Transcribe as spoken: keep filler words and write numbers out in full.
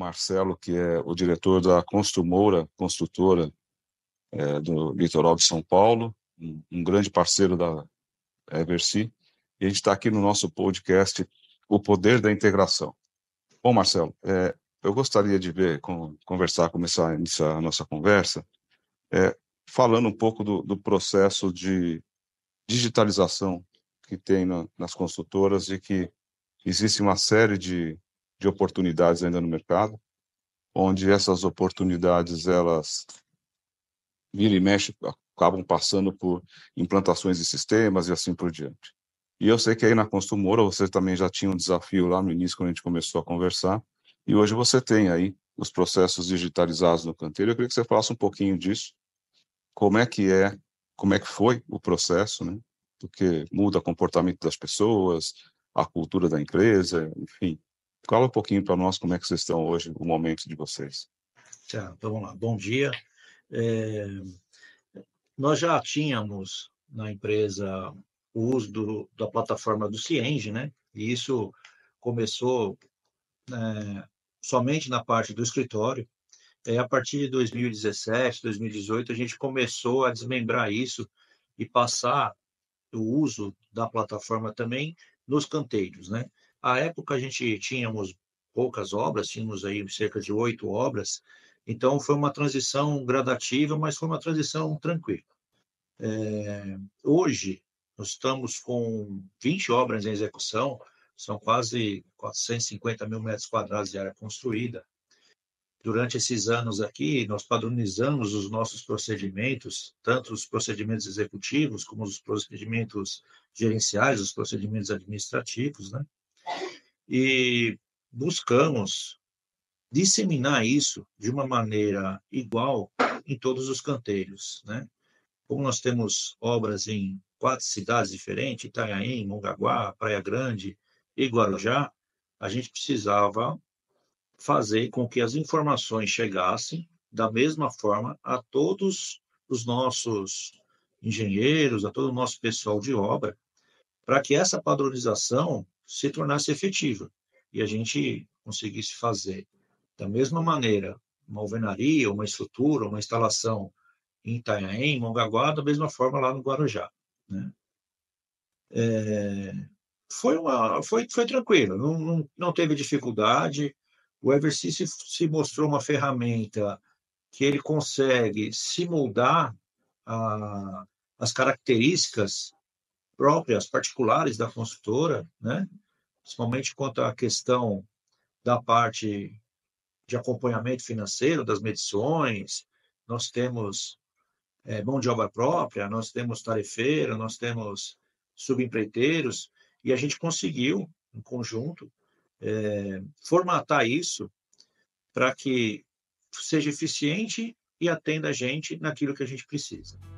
Marcelo, que é o diretor da Construmoura, construtora é, do litoral de São Paulo, um, um grande parceiro da Eversi, e a gente está aqui no nosso podcast O Poder da Integração. Bom, Marcelo, é, eu gostaria de ver, com, conversar, começar a iniciar a nossa conversa, é, falando um pouco do, do processo de digitalização que tem na, nas construtoras e que existe uma série de, de oportunidades ainda no mercado, onde essas oportunidades, elas, vira e mexe, acabam passando por implantações de sistemas e assim por diante. E eu sei que aí na Construmoura você também já tinha um desafio lá no início, quando a gente começou a conversar, e hoje você tem aí os processos digitalizados no canteiro. Eu queria que você falasse um pouquinho disso, como é que é, como é que foi o processo, né? Porque muda o comportamento das pessoas, a cultura da empresa, enfim. Fala um pouquinho para nós como é que vocês estão hoje, o momento de vocês. Tá, então vamos lá. Bom dia. É, nós já tínhamos na empresa o uso do, da plataforma do Cienge, né? E isso começou é, somente na parte do escritório. É, a partir de dois mil e dezessete, dois mil e dezoito, a gente começou a desmembrar isso e passar o uso da plataforma também nos canteiros, né? À época a gente tínhamos poucas obras, tínhamos aí cerca de oito obras, então foi uma transição gradativa, mas foi uma transição tranquila. É, hoje nós estamos com vinte obras em execução, são quase quatrocentos e cinquenta mil metros quadrados de área construída. Durante esses anos aqui, nós padronizamos os nossos procedimentos, tanto os procedimentos executivos, como os procedimentos gerenciais, os procedimentos administrativos, né? E buscamos disseminar isso de uma maneira igual em todos os canteiros, né? Como nós temos obras em quatro cidades diferentes, Itanhaém, Mongaguá, Praia Grande e Guarujá, a gente precisava fazer com que as informações chegassem da mesma forma a todos os nossos engenheiros, a todo o nosso pessoal de obra, para que essa padronização se tornasse efetiva e a gente conseguisse fazer da mesma maneira uma alvenaria, uma estrutura, uma instalação em Itanhaém, em Mongaguá, da mesma forma lá no Guarujá, né? É, foi, uma, foi, foi tranquilo, não, não, não teve dificuldade. O Eversys se, se mostrou uma ferramenta que ele consegue se moldar a, as características próprias, particulares da construtora, né? Principalmente quanto à questão da parte de acompanhamento financeiro, das medições. Nós temos é, mão de obra própria, nós temos tarefeiro, nós temos subempreiteiros, e a gente conseguiu, em conjunto, é, formatar isso para que seja eficiente e atenda a gente naquilo que a gente precisa.